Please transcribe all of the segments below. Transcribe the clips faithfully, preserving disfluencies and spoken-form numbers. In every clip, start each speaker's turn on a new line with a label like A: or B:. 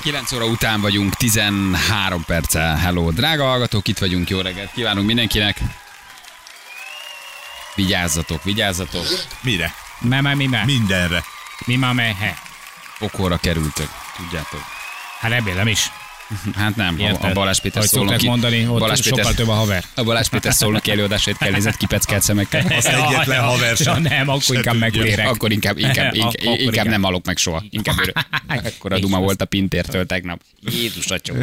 A: kilenc óra után vagyunk, tizenhárom perccel. Hello, drága hallgatók, itt vagyunk, jó reggelt kívánunk mindenkinek. Vigyázzatok, vigyázzatok.
B: Mire?
C: Me, me, mi, me.
B: Mindenre.
C: Mi, ma, me, he.
A: Pokolra kerültök, tudjátok.
C: Hát remélem is.
A: Hát nem,
C: Érted?
A: a Balázs Péter
C: Ahogy
A: Szolnoki.
C: szokták mondani, ott
A: Balázs
C: sokkal
A: Péter,
C: több a haver.
A: a Balázs Péter Szolnoki előadásait kell nézett kipeckelt szemekkel.
B: Az egyetlen
C: Ja,
B: haver
C: ja,
B: sem.
C: nem, akkor
B: se
C: inkább
B: tudja.
C: megvérek.
A: Akkor inkább, inkább, inkább,
C: Akkor
A: inkább
C: inkább.
A: nem halok meg soha. Inkább örök. Akkor a duma volt a Pintértől tegnap. Jézus atyó.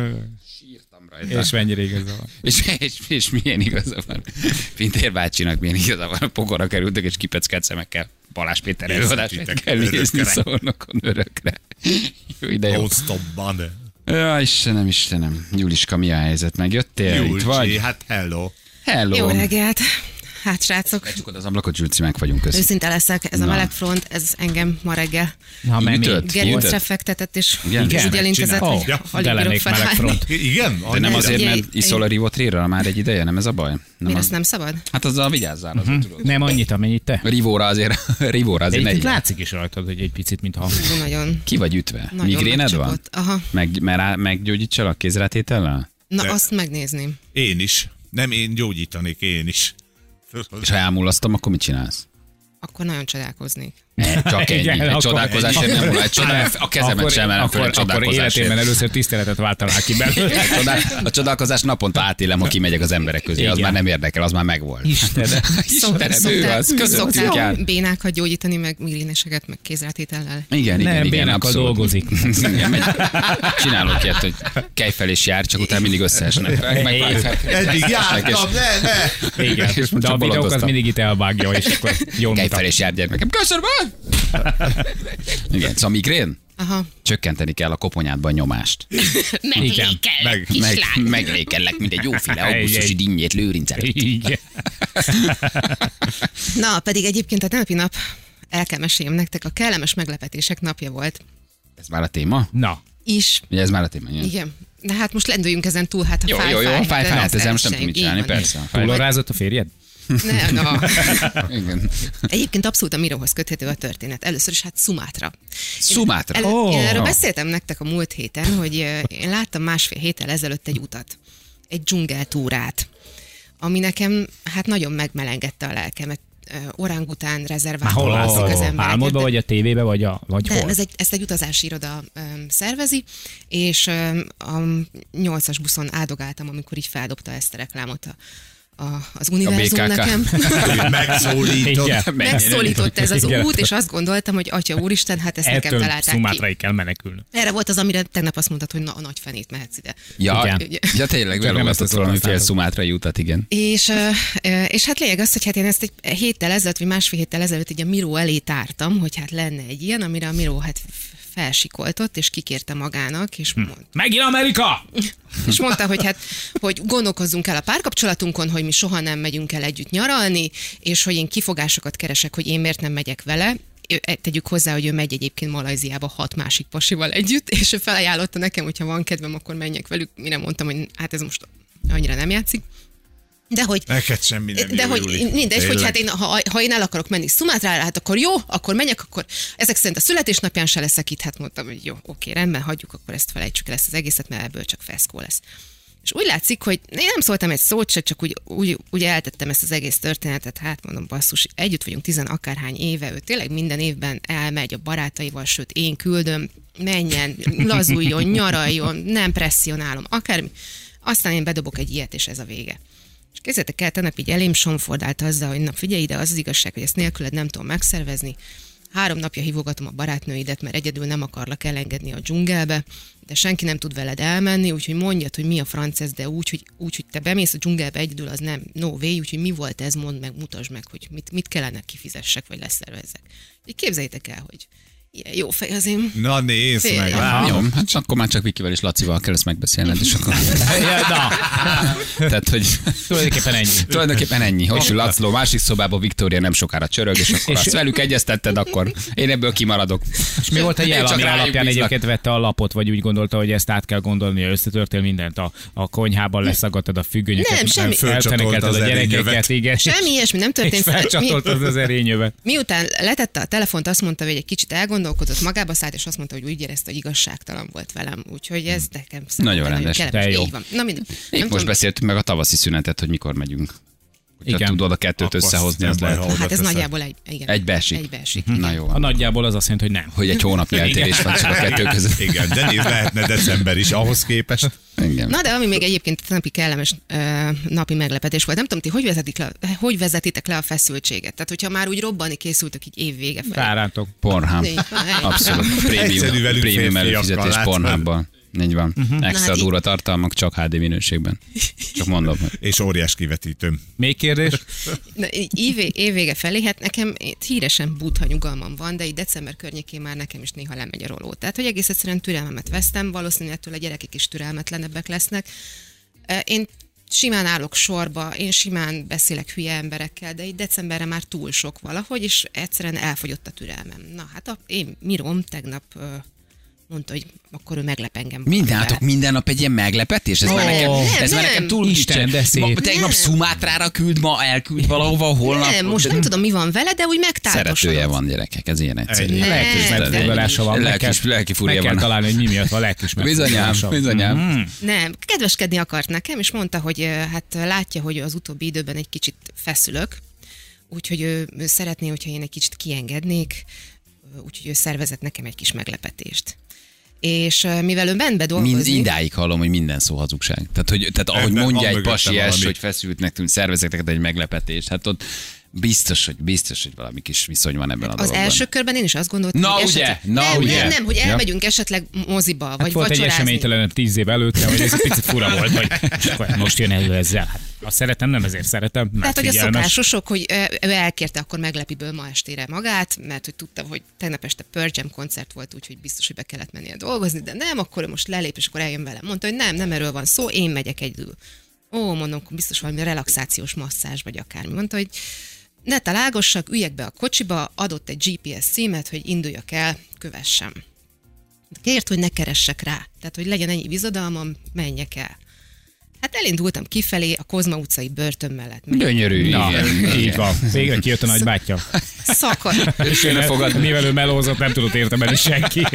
A: Sírtam rajta.
C: És mennyire igaza van.
A: És, és, és milyen igaza van. Pintér bácsinak milyen igaza van. Pokorra kerültek és kipeckelt szemekkel. Balázs Péter előadását kell nézni Szolnokon örökre. Jó ide jó.
B: Posztobban.
A: Ja, Istenem, Istenem. Juliska, mi a helyzet? Megjöttél? Itt vagy?
B: Julcsi, hát hello.
A: Hello.
D: Jó reggelt! Hát srácok,
A: Becsukod az ablakot, Zsülci, meg vagyunk közt.
D: őszinte leszek, ez
A: Na.
D: a meleg front, ez engem ma reggel
C: Na, mert mi?
A: Ütött?
D: gerincre
A: Ütött?
D: fektetett, és
A: Igen?
D: úgy
B: Igen,
D: elintezett,
B: megcsinálta.
D: hogy
B: Ja,
D: alig
C: de
D: bírok
C: lennék meleg
D: felállni.
C: front.
B: Igen?
A: De nem azért,
D: Ugye,
A: mert
D: egy-
A: iszol a Rivotril-ra már egy ideje, nem ez a baj? Nem
D: Miért
A: az...
D: azt nem szabad?
A: Hát azzal vigyázzál, azért tudod.
C: Nem annyit, amennyit te.
A: Rivóra azért, Rivóra azért ne
C: Egyébként
A: igyál.
C: látszik is rajtad, hogy egy picit, mintha...
D: Hú, nagyon,
A: Ki vagy ütve?
D: nagyon
A: Migréned van?
D: megcsapott. Aha.
A: Meg, mer- meggyógyítsalak kézrátétellel?
D: Na,
B: De-
D: azt megnézném.
B: Én is. Nem én gyógyítanék, én is.
A: És ha elmúlasztom, akkor mit csinálsz?
D: Akkor nagyon csodálkoznék.
A: Ne, csak ennyi.
C: Igen,
A: Egy
C: akkor-
A: csodálkozásért nem múl. Egy csodál, a kezemet
C: akkor,
A: sem emelem föl egy
C: akkor, akkor életében
A: csodálkozásért.
C: először tiszteletet váltanál ki belőle.
A: A csodál- A csodálkozás naponta átélem, ha kimegyek az emberek közé. Az
C: Igen.
A: már nem érdekel, az már megvolt.
C: Istenem.
A: Istenem, ő az. Közöttük
D: szoktál
A: jár.
D: bénákat gyógyítani, meg migréneseket, meg kézrátétellel.
A: Igen, igen,
C: Nem,
A: igen,
C: bénákkal
A: abszolút.
C: dolgozik.
A: Igen, megy. Csinálok ilyet, hogy kej fel és jár, csak utána mindig összeesnek. Meg- meg- meg-
B: Eddig jártam, ne, ne.
C: Igen,
A: És most
C: de a
A: csak
C: videók az
A: bolondoztam.
C: mindig itt elvágja, és akkor jól
A: Kej fel
C: mutat.
A: és jár gyermekem. Köszönöm! Igen, szóval migrén?
D: Aha.
A: Csökkenteni kell a koponyádban a nyomást.
D: Meglékel,
B: Meg-
A: Meg, meglékellek, mint egy jóféle augusztusi
C: Egy-
A: dinnyét lőrinc előtt.
C: Igen.
D: Na, pedig egyébként a tegnapi nap, el kell meséljem nektek, a kellemes meglepetések napja volt.
A: Ez már a téma?
C: Na,
D: Is.
A: Ugye ez már a téma? Igen.
D: Igen. De hát most lendüljünk ezen túl, hát ha
A: Jó,
D: fáj,
A: jó, jó,
D: fáj,
A: fáj,
D: de
A: fáj,
D: az
A: hát ezzel most nem
D: verseny,
A: tudom mit
D: így
A: csinálni,
D: van.
A: persze. Fáj.
C: túlorázott a férjed?
D: Ne, na.
A: Igen.
D: Egyébként abszolút a Mirohoz köthető a történet. Először is hát Szumátra.
A: Szumátra.
D: El,
C: Ó.
D: én erről beszéltem nektek a múlt héten, hogy eh, én láttam másfél héttel ezelőtt egy utat, egy dzsungeltúrát, ami nekem hát nagyon megmelengette a lelkemet. Eh, Orangután
C: Már
D: rezervátumban
C: hol
D: láttak az
C: látod?
D: embereket.
C: Álmodba,
D: de-
C: vagy a tévébe, vagy, a, vagy
D: Nem,
C: hol?
D: ez egy, ezt egy utazási iroda um, szervezi, és um, a nyolcas buszon áldogáltam, amikor így feldobta ezt a reklámot a, a, az univerzum
A: bé ká ká.
D: nekem.
B: Megszólított.
C: Igen.
D: Megszólított ez az
C: Igen.
D: út, és azt gondoltam, hogy atya úristen, hát ezt nekem
C: Ettől
D: találták ki.
C: Szumátrai kell menekülni.
D: Erre volt az, amire tegnap azt mondtad, hogy na, a nagy fenét mehetsz ide.
A: Ja,
C: Igen.
A: ja, tényleg
C: Csak nem
A: belolvasztott
C: ezt
A: valamiféle
C: használtad.
A: szumátrai utat, igen.
D: És, ö, ö, és hát lényeg az, hogy hát én ezt egy héttel ezelőtt, vagy másfél héttel ezelőtt így a Miró elé tártam, hogy hát lenne egy ilyen, amire a Miró hát felsikoltott, és kikérte magának, és, mond,
C: Megint Amerika!
D: és mondta, hogy hát, hogy gondolkozzunk el a párkapcsolatunkon, hogy mi soha nem megyünk el együtt nyaralni, és hogy én kifogásokat keresek, hogy én miért nem megyek vele. Ő- Tegyük hozzá, hogy ő megy egyébként Malajziába hat másik pasival együtt, és ő felajánlotta nekem, hogyha van kedvem, akkor menjek velük. Mire mondtam, hogy hát ez most annyira nem játszik. De hogy
B: Neked semmi nem
D: de
B: jó,
D: hogy
B: Júli.
D: mindegy, hogy
B: Tényleg.
D: hát én, ha, ha én el akarok menni Szumátrára, hát akkor jó, akkor menjek, akkor ezek szerint a születésnapján se leszek itt, hát mondtam, hogy jó, oké, rendben, hagyjuk, akkor ezt felejtsük el ezt az egészet, mert ebből csak feszkó lesz. És úgy látszik, hogy én nem szóltam egy szót se, csak úgy, úgy, úgy eltettem ezt az egész történetet, hát mondom, basszus, együtt vagyunk tizen akárhány éve, ő tényleg minden évben elmegy a barátaival, sőt, én küldöm, menjen, lazuljon, nyaraljon, nem presszionálom, akármi. Aztán én bedobok egy ilyet, és ez a vége. És képzeljétek el, tegnap így elém somfordált azzal, hogy na figyelj ide, az az igazság, hogy ezt nélküled nem tudom megszervezni. Három napja hívogatom a barátnőidet, mert egyedül nem akarlak elengedni a dzsungelbe, de senki nem tud veled elmenni, úgyhogy mondjad, hogy mi a franc ez, de úgy, hogy, úgy, hogy te bemész a dzsungelbe egyedül, az nem no way, úgyhogy mi volt ez, mondd meg, mutasd meg, hogy mit, mit kellene kifizessek, vagy leszervezzek. Így képzeljétek el, hogy ilyen jó fej az én.
B: Na nézd
D: Fél.
B: meg.
D: Aha.
A: Jó, hát akkor már csak Vikivel és Lacival kell ezt megbeszélned, és akkor...
C: Ja, na,
A: Tehát, hogy
C: tulajdonképpen ennyi.
A: tulajdonképpen ennyi. Hogy ül Lacló, másik szobában Viktória nem sokára csörög, és akkor
C: És-
A: azt velük egyeztetted, akkor én ebből kimaradok.
C: És mi volt a jel,
A: Én csak
C: ami
A: rájuk
C: alapján
A: bízlak.
C: egyébként vette a lapot, vagy úgy gondolta, hogy ezt át kell gondolnia, összetörtél mindent, a, a konyhában leszaggattad a függönyöket,
D: Nem, semmi.
C: felfenekelted
B: az
C: a gyerekeket,
B: erényövet.
C: igen.
D: Semmi ilyesmi nem
C: És
D: történt. Mi,
C: felcsatoltad az erényövet.
D: miután letette a telefont, azt mondta, hogy egy kicsit elgondolkodik, elgondolkodott, magába szállt, és azt mondta, hogy úgy érezte, hogy igazságtalan volt velem. Úgyhogy ez nekem
A: Nagyon rendes.
D: kellemes.
C: De jó.
D: Így van. Na mindegy.
A: Épp
D: Nem
A: most
D: tudom,
A: beszéltünk meg a tavaszi szünetet, hogy mikor megyünk. Hogyha
C: Igen.
A: tudod a kettőt
B: Akkor
A: összehozni,
B: azt
A: az
B: nem baj,
A: lehet.
B: ha oda
D: hát ez
B: teszed.
D: nagyjából egy, igen.
A: Egybeesik.
D: Egybeesik.
A: Na
D: igen.
A: jó.
C: A nagyjából az azt jelenti, hogy nem.
A: Hogy egy hónapnyi eltérés van csak a kettő között.
B: Igen, de nézd, lehetne december is ahhoz képest.
A: Igen.
D: Na de ami még egyébként napi kellemes ö, napi meglepetés volt, nem tudom, ti hogy, vezetik le, hogy vezetitek le a feszültséget? Tehát, hogyha már úgy robbani készültök így év vége felé.
C: Rárátok.
A: Pornhub.
D: Így van, így.
A: Abszolút.
B: Egyszerű
A: Prémium,
B: velünk
A: prémium
B: férfiakkal,
A: előfizetés
B: látod?
A: Pornhubban. Így van.
D: Na
A: Extra
D: hát
A: durva tartalmak, csak há dé minőségben. Csak mondom. hogy-
B: És óriás kivetítőm.
C: Még kérdés?
D: Na, így év, év vége felé, hát nekem itt híresen butha nyugalmam van, de így december környékén már nekem is néha lemegy a roló. Tehát, hogy egész egyszerűen türelmemet vesztem, valószínűleg ettől a gyerekek is türelmetlenebbek lesznek. Én simán állok sorba, én simán beszélek hülye emberekkel, de így decemberre már túl sok valahogy, és egyszerűen elfogyott a türelmem. Na hát a, én Mirom tegnap ö, mondta, hogy akkor ő meglep engem.
A: Mindenátok minden nap egy ilyen meglepetés? Ez, már,
C: Ó,
A: nekem,
D: nem,
A: ez már
D: nem.
A: nekem túl
C: Isten, de szép.
A: Ma, tegnap
D: Nem.
A: Szumátrára küld, ma elküld valahova, holnap.
D: Nem, most nem tudom, mi van vele, de úgy megtáltosodott.
A: Szeretője van, gyerekek, ez ilyen egyszerű.
B: Ennyi.
C: Lelkis
D: Nem,
C: megfoglalása van. Meg kell,
A: Lelkis, lelki fúria
C: meg kell
A: van.
C: találni, hogy mi miatt van lelkis
A: Bizonyám,
C: megfoglalása.
A: bizonyám.
C: Mhm.
D: Nem, kedveskedni akart nekem, és mondta, hogy ö, hát látja, hogy az utóbbi időben egy kicsit feszülök, úgyhogy ő, ő szeretné, hogyha én egy kicsit kiengednék, ö, úgyhogy ő szervezett nekem egy kis meglepetést. És ö, mivel ő ment be
A: Mind,
D: dolgozni...
A: indáig hallom, hogy minden szó hazugság. Tehát, hogy, tehát ahogy
B: Ebben
A: mondja
B: van
A: egy
B: mögötte
A: pasi es,
B: valami.
A: hogy feszültnek tűnt, szervezek neked egy meglepetést, hát ott biztos, hogy biztos, hogy valami kis viszony van ebben a
D: Az
A: dologban.
D: első körben én is azt gondoltam,
A: Na
D: hogy
A: ugye,
D: esetleg...
A: na
D: nem,
A: ugye.
D: nem, nem, hogy
A: Ja.
D: elmegyünk esetleg moziba,
C: Hát
D: vagy
C: volt egy
D: vacsorázni.
C: eseménytelen tíz év előtte, hogy ez egy picit fura volt, hogy akkor most jön elő ezzel. Hát, azt szeretem, nem ezért szeretem. Mert
D: Tehát, hogy a
C: figyelmes.
D: szokásosok, hogy ö, ő elkérte akkor meglepiből ma estére magát, mert hogy tudta, hogy tegnap este Pearl Jam koncert volt, úgyhogy biztos, hogy be kellett mennie dolgozni, de nem, akkor ő most lelép, és akkor eljön velem. Mondta, hogy nem, nem erről van szó, én megyek egyedül. Ó, mondom, biztos valami relaxációs masszázs, vagy akármi. Mondta, hogy ne találgassak, üljek be a kocsiba, adott egy gé pé es címet, hogy induljak el, kövessem. Kért, hogy ne keressek rá. Tehát, hogy legyen ennyi bizodalmam, menjek el. Hát elindultam kifelé a Kozma utcai börtön mellett.
A: Gyönyörű,
C: Na,
A: igen.
C: így van. Végre kijött a nagybátyja.
D: Szakad.
A: És jön fogadni.
C: Mivel ő melózott, nem tudott értemelni senki.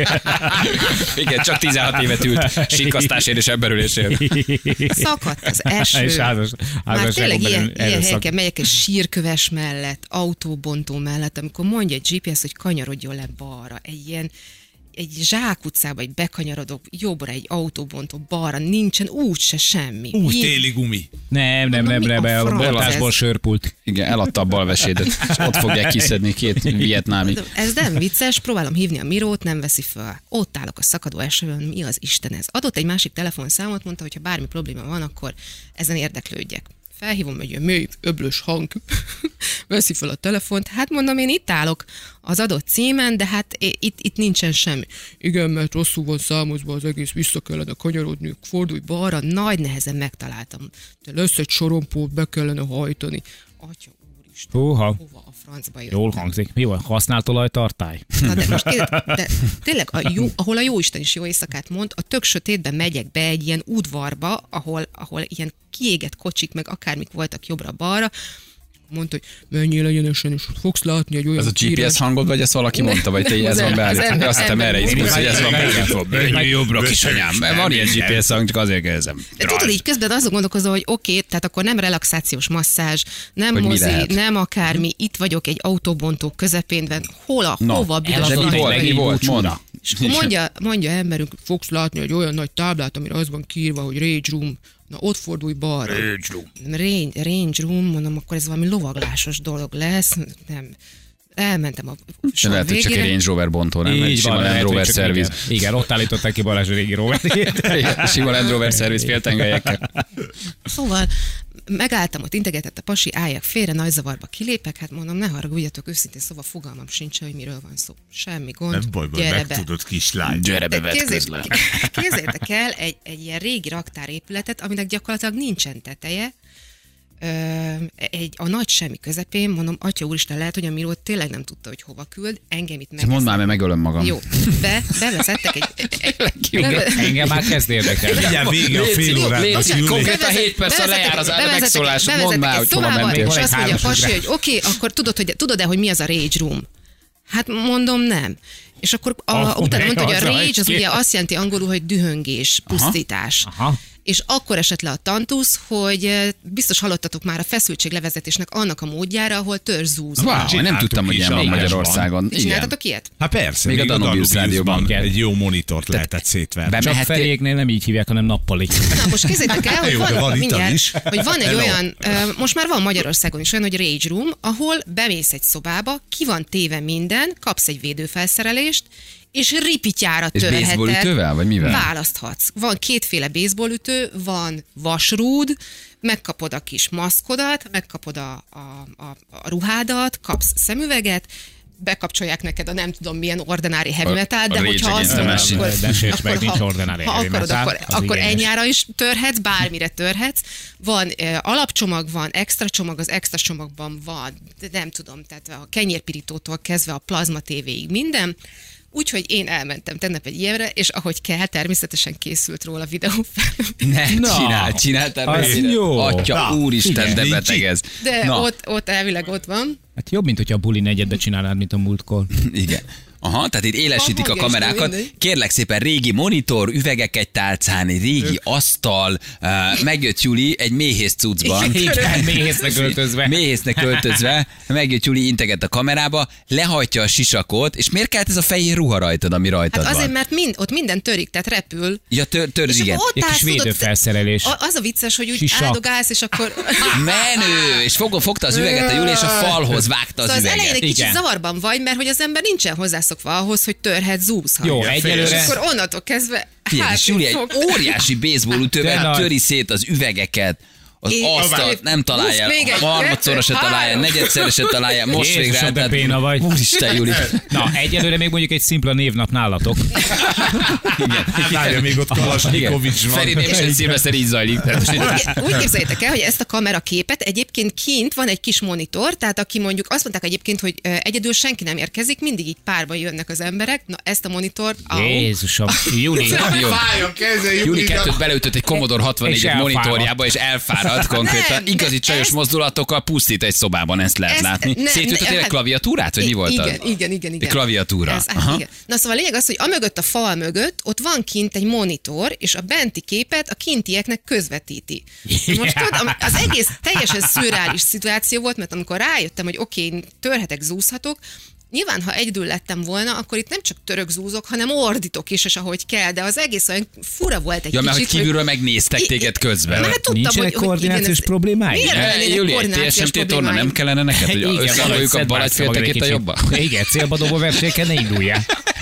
A: Igen, csak tizenhat évet ült sikasztásért és emberülésért.
D: Szakadt az eső.
C: És házas,
D: Már tényleg ilyen, ilyen
C: erőszak.
D: helyeken megyek egy sírköves mellett, autóbontó mellett, amikor mondja egy gé pé es, hogy kanyarodjon le balra. Egy ilyen egy zsákutcába, egy bekanyarodok, jobbra egy autóbontó, balra, nincsen úgyse semmi.
B: Úgy
D: Ilyen-
B: téli gumi.
C: Nem, nem, nem,
D: Mi
C: nem,
D: a
C: a
D: franc
C: boltásból
D: ez?
C: sörpult.
A: Igen, eladta a balvesédet, és ott fogják kiszedni két vietnámi.
D: Ez nem vicces, próbálom hívni a Mirót, nem veszi föl. Ott állok a szakadó esőben, mi az Isten ez? Adott egy másik telefonszámot, mondta, hogy ha bármi probléma van, akkor ezen érdeklődjek. Felhívom egy ilyen mély, öblös hang, veszi fel a telefont, hát mondom, én itt állok az adott címen, de hát itt, itt nincsen semmi. Igen, mert rosszul van számozva az egész, vissza kellene kanyarodni, fordulj balra, nagy nehezen megtaláltam. De lesz egy sorompót, be kellene hajtani. Atya úristen,
C: Húha.
D: hova a francba jött?
C: Jól hangzik. Mi van? Használt olajtartály?
D: Na de most kérdez, de tényleg, a jó, ahol a jóisten is jó éjszakát mond, a tök sötétben megyek be egy ilyen udvarba, ahol, ahol ilyen kiégett kocsik, meg akármik voltak jobbra-balra, mondta, hogy menjél egyenesen, és fogsz látni egy olyan
A: Ez a gé pé es hangod, vagy ezt valaki mondta, vagy te
D: Nem,
A: ez
D: az
A: van
D: em-
A: beállítva?
D: az ember-
A: Azt hittem
D: ember
A: erre
D: mondta.
A: izgulsz, hogy ez van beállítva. Menjél jobbra, kisanyám. Mert van ilyen gé pé es hang, csak azért kérdezem.
D: De tudod, így közben azon gondolkozol, hogy oké, okay, tehát akkor nem relaxációs masszázs, nem
A: Hogy mi
D: mozi,
A: lehet?
D: nem akármi, itt vagyok egy autóbontó közepén, hol a,
A: No,
D: hova
A: de
D: bizony.
A: mi volt, mi volt, mondd.
D: És akkor mondja, mondja emberünk, fogsz látni egy olyan nagy táblát, amire az van kiírva, hogy Rage Room. Na ott fordulj balra. Rage Room. Range, range Room, mondom, akkor ez valami lovaglásos dolog lesz. Nem. Elmentem a
A: De
D: sor
A: lehet, hogy csak egy
D: végére.
A: Range Rover bontó, nem? Egy sima
C: lehet,
A: Land
C: hogy
A: Rover
C: csak
A: Service.
C: Igen, igen, ott állították ki Balázs a régi Roverjét.
A: Igen, sima Land Rover Service féltengelyekkel.
D: Szóval megálltam, ott integetett a pasi, álljak félre, nagyzavarba kilépek, hát mondom, ne haragudjatok, őszintén szóval fogalmam sincs, hogy miről van szó. Semmi gond,
B: Nem baj, baj,
D: gyere be.
B: megtudod, kislány.
A: Gyere be,
D: De
A: vedd
D: képzeld-
A: közben.
D: Képzeljétek el egy, egy ilyen régi raktárépületet, aminek gyakorlatilag nincsen teteje, Ö, egy, a nagy semmi közepén, mondom, atya úristen, lehet, hogy a Miró tényleg nem tudta, hogy hova küld, engem itt meg.
A: Mondd már, mert megölöm magam.
D: Jó, be, bevezettek egy... egy
C: Engem, engem már kezd érdekelni.
B: Mindjárt vége a fél órádnak
A: légy,
B: ülni.
A: konkrétan hét perc lejár az megszólás. Mondd már, hogy hova mentél.
D: És azt mondja a
C: Hármas
D: pasi,
C: órás.
D: hogy oké, okay, akkor tudod, hogy, tudod-e, hogy mi az a Rage Room? Hát mondom, nem. És akkor a,
C: Akkor
D: utána
C: ne,
D: mondta, hogy a
C: az
D: rage az
C: egy-
D: ugye azt jelenti angolul, hogy dühöngés, pusztítás.
C: Aha.
D: És akkor esett le a tantusz, hogy eh, biztos hallottatok már a feszültséglevezetésnek annak a módjára, ahol törzsúz.
A: Wow, nem
B: Csináltuk
A: tudtam, hogy
B: is
A: ilyen van
B: adásban.
A: Magyarországon. Igen.
D: Csináltatok ilyet?
B: Hát persze,
A: Még
B: még,
A: a
B: a
A: Danubius
B: Danubiusban
A: rádióban.
B: egy jó monitort lehetett szétverni.
A: Be-
C: Csak
A: Mehettél-
C: feléknél nem így hívják, hanem nappali.
D: Na most képzeljétek el, hogy
B: Jó, de
D: van,
B: van itt
D: mindjárt,
B: is.
D: hogy van egy
B: Hello.
D: olyan, ö, most már van Magyarországon is olyan, hogy Rage Room, ahol bemész egy szobába, ki van téve minden, kapsz egy védőfelszerelést, és ripityára
A: És
D: törheted.
A: baseballütővel, vagy mivel?
D: Választhatsz. Van kétféle baseballütő, van vasrúd, megkapod a kis maszkodat, megkapod a, a, a, a ruhádat, kapsz szemüveget, bekapcsolják neked a nem tudom milyen ordinári heavy
A: A-
D: metal,
A: a
D: de
A: Rage
D: hogyha
A: Against
D: azt
A: the
D: mondod,
A: Machine.
D: akkor,
C: De sérts meg,
D: akkor
C: nincs
D: ha,
C: ordinári
D: ha
C: heavy
D: akarod,
C: metal,
D: akkor,
C: az
D: akkor
C: igényes.
D: ennyiára is törhetsz, bármire törhetsz. Van eh, alapcsomag, van extra csomag, az extra csomagban van, de nem tudom, tehát a kenyérpirítótól kezdve a plazma tévéig minden. Úgyhogy én elmentem tegnap egy ilyenre, és ahogy kell, természetesen készült róla videó fel.
A: Ne,
C: Na,
A: csinál, csináltál
C: az
A: rövidre?
C: jó.
A: Atya,
B: Na,
A: úristen,
B: igen,
A: de
B: nincs
A: beteg
B: itt.
A: ez.
D: De
A: Na,
D: ott, ott elvileg ott van.
C: Hát jobb, mint hogyha a buli negyedbe csinálnád, mint a múltkor.
A: igen. Aha, tehát itt élesítik a
D: hangja is
A: kamerákat.
D: mindegy.
A: Kérlek szépen, régi monitor, üvegek egy tálcán, egy régi asztal, uh, megjött Juli egy méhész cuccban.
C: Igen, méhésznek öltözve.
A: Méhésznek öltözve, megjött Juli, integet a kamerába, lehajtja a sisakot, és miért kellett ez a fehér ruha rajtad, ami rajtad
D: Hát azért,
A: van?
D: mert mind, ott minden törik, tehát repül.
A: Ja, tör, tör,
D: És
A: igen.
D: akkor ott
C: Egy kis
D: állsz, tudod,
C: védőfelszerelés.
D: a- Az a vicces, hogy úgy
C: Sisak.
D: áldogálsz, és akkor...
A: Menő! És fogom, fogta az üveget a Juli, és a falhoz vágta az
D: Szóval az elején
A: üveget.
D: egy kicsit
C: Igen.
D: zavarban vagy, mert hogy az ember nincsen hozzászokva ahhoz, hogy törhet, zúzhat.
C: Jó,
B: Igen,
D: És
C: egyelőre...
D: akkor onnantól kezdve...
A: Figyelj, és Júli egy
D: fog-
A: óriási baseballütővel
C: De nagy.
A: töri szét az üvegeket, az
D: És-
A: asztalt nem találja,
D: Plusz még egy,
A: harmadszorra se
D: kettő,
A: találja,
D: három.
A: negyedszerre se találja, most
C: Jézusom,
A: végre
C: de
A: eltelt-
C: béna vagy.
A: Úristen, Júli.
C: Na, egyelőre még mondjuk egy szimpla névnap nálatok.
B: Várja, még ott Kalasnikovics van.
A: Feri névesen szilveszter így zajlik. Tehát most így-
D: Úgy, úgy képzeljétek el, hogy ezt a kameraképet egyébként kint van egy kis monitor, tehát aki mondjuk azt mondták egyébként, hogy ö, egyedül senki nem érkezik, mindig így párba jönnek az emberek, na ezt a monitort, au,
C: Jézusom. Júli.
A: Jó.
B: Fáj a keze,
A: Júli kettőt beleütött egy Commodore
C: És
A: hatvannégyes
C: elfáradt.
A: monitorjába, és elfáradt konkrétan.
D: Nem,
A: Igazi
D: de
A: csajos
D: ezt-
A: mozdulatokkal pusztít egy szobában, ezt lehet
D: Ezt-
A: látni.
D: ne-
A: Szétütöttél
D: ne-
A: egy
D: hát-
A: klaviatúrát, vagy mi volt az?
D: Igen, igen, igen, igen.
A: Egy klaviatúra.
D: Ez, hát
A: Aha.
D: igen. Na szóval a lényeg az, hogy amögött a fal mögött ott van kint egy monitor, és a benti képet a kintieknek közvetíti. Most tudod, az egész teljesen szürreális szituáció volt, mert amikor rájöttem, hogy oké, okay, törhetek, zúzhatok, nyilván, ha egyedül lettem volna, akkor itt nem csak török zúzok, hanem ordítok is, és ahogy kell, de az egész olyan fura volt egy
A: Ja, mert hogy
D: kicsit.
A: kívülről megnéztek
D: I-
A: téged közben.
D: Na, hát tudtam,
C: Nincsenek
D: hogy, hogy
C: koordinációs
D: igen, ez-
C: problémáid?
D: Miért
A: Eh,
D: lennének
A: Júli, egy
D: koordinációs
A: té es em té torna nem
D: problémáim?
A: kellene neked, hogy összehangoljuk a bal egyféltekét a jobba?
C: Igen, célba dobó versenyeken ne induljál.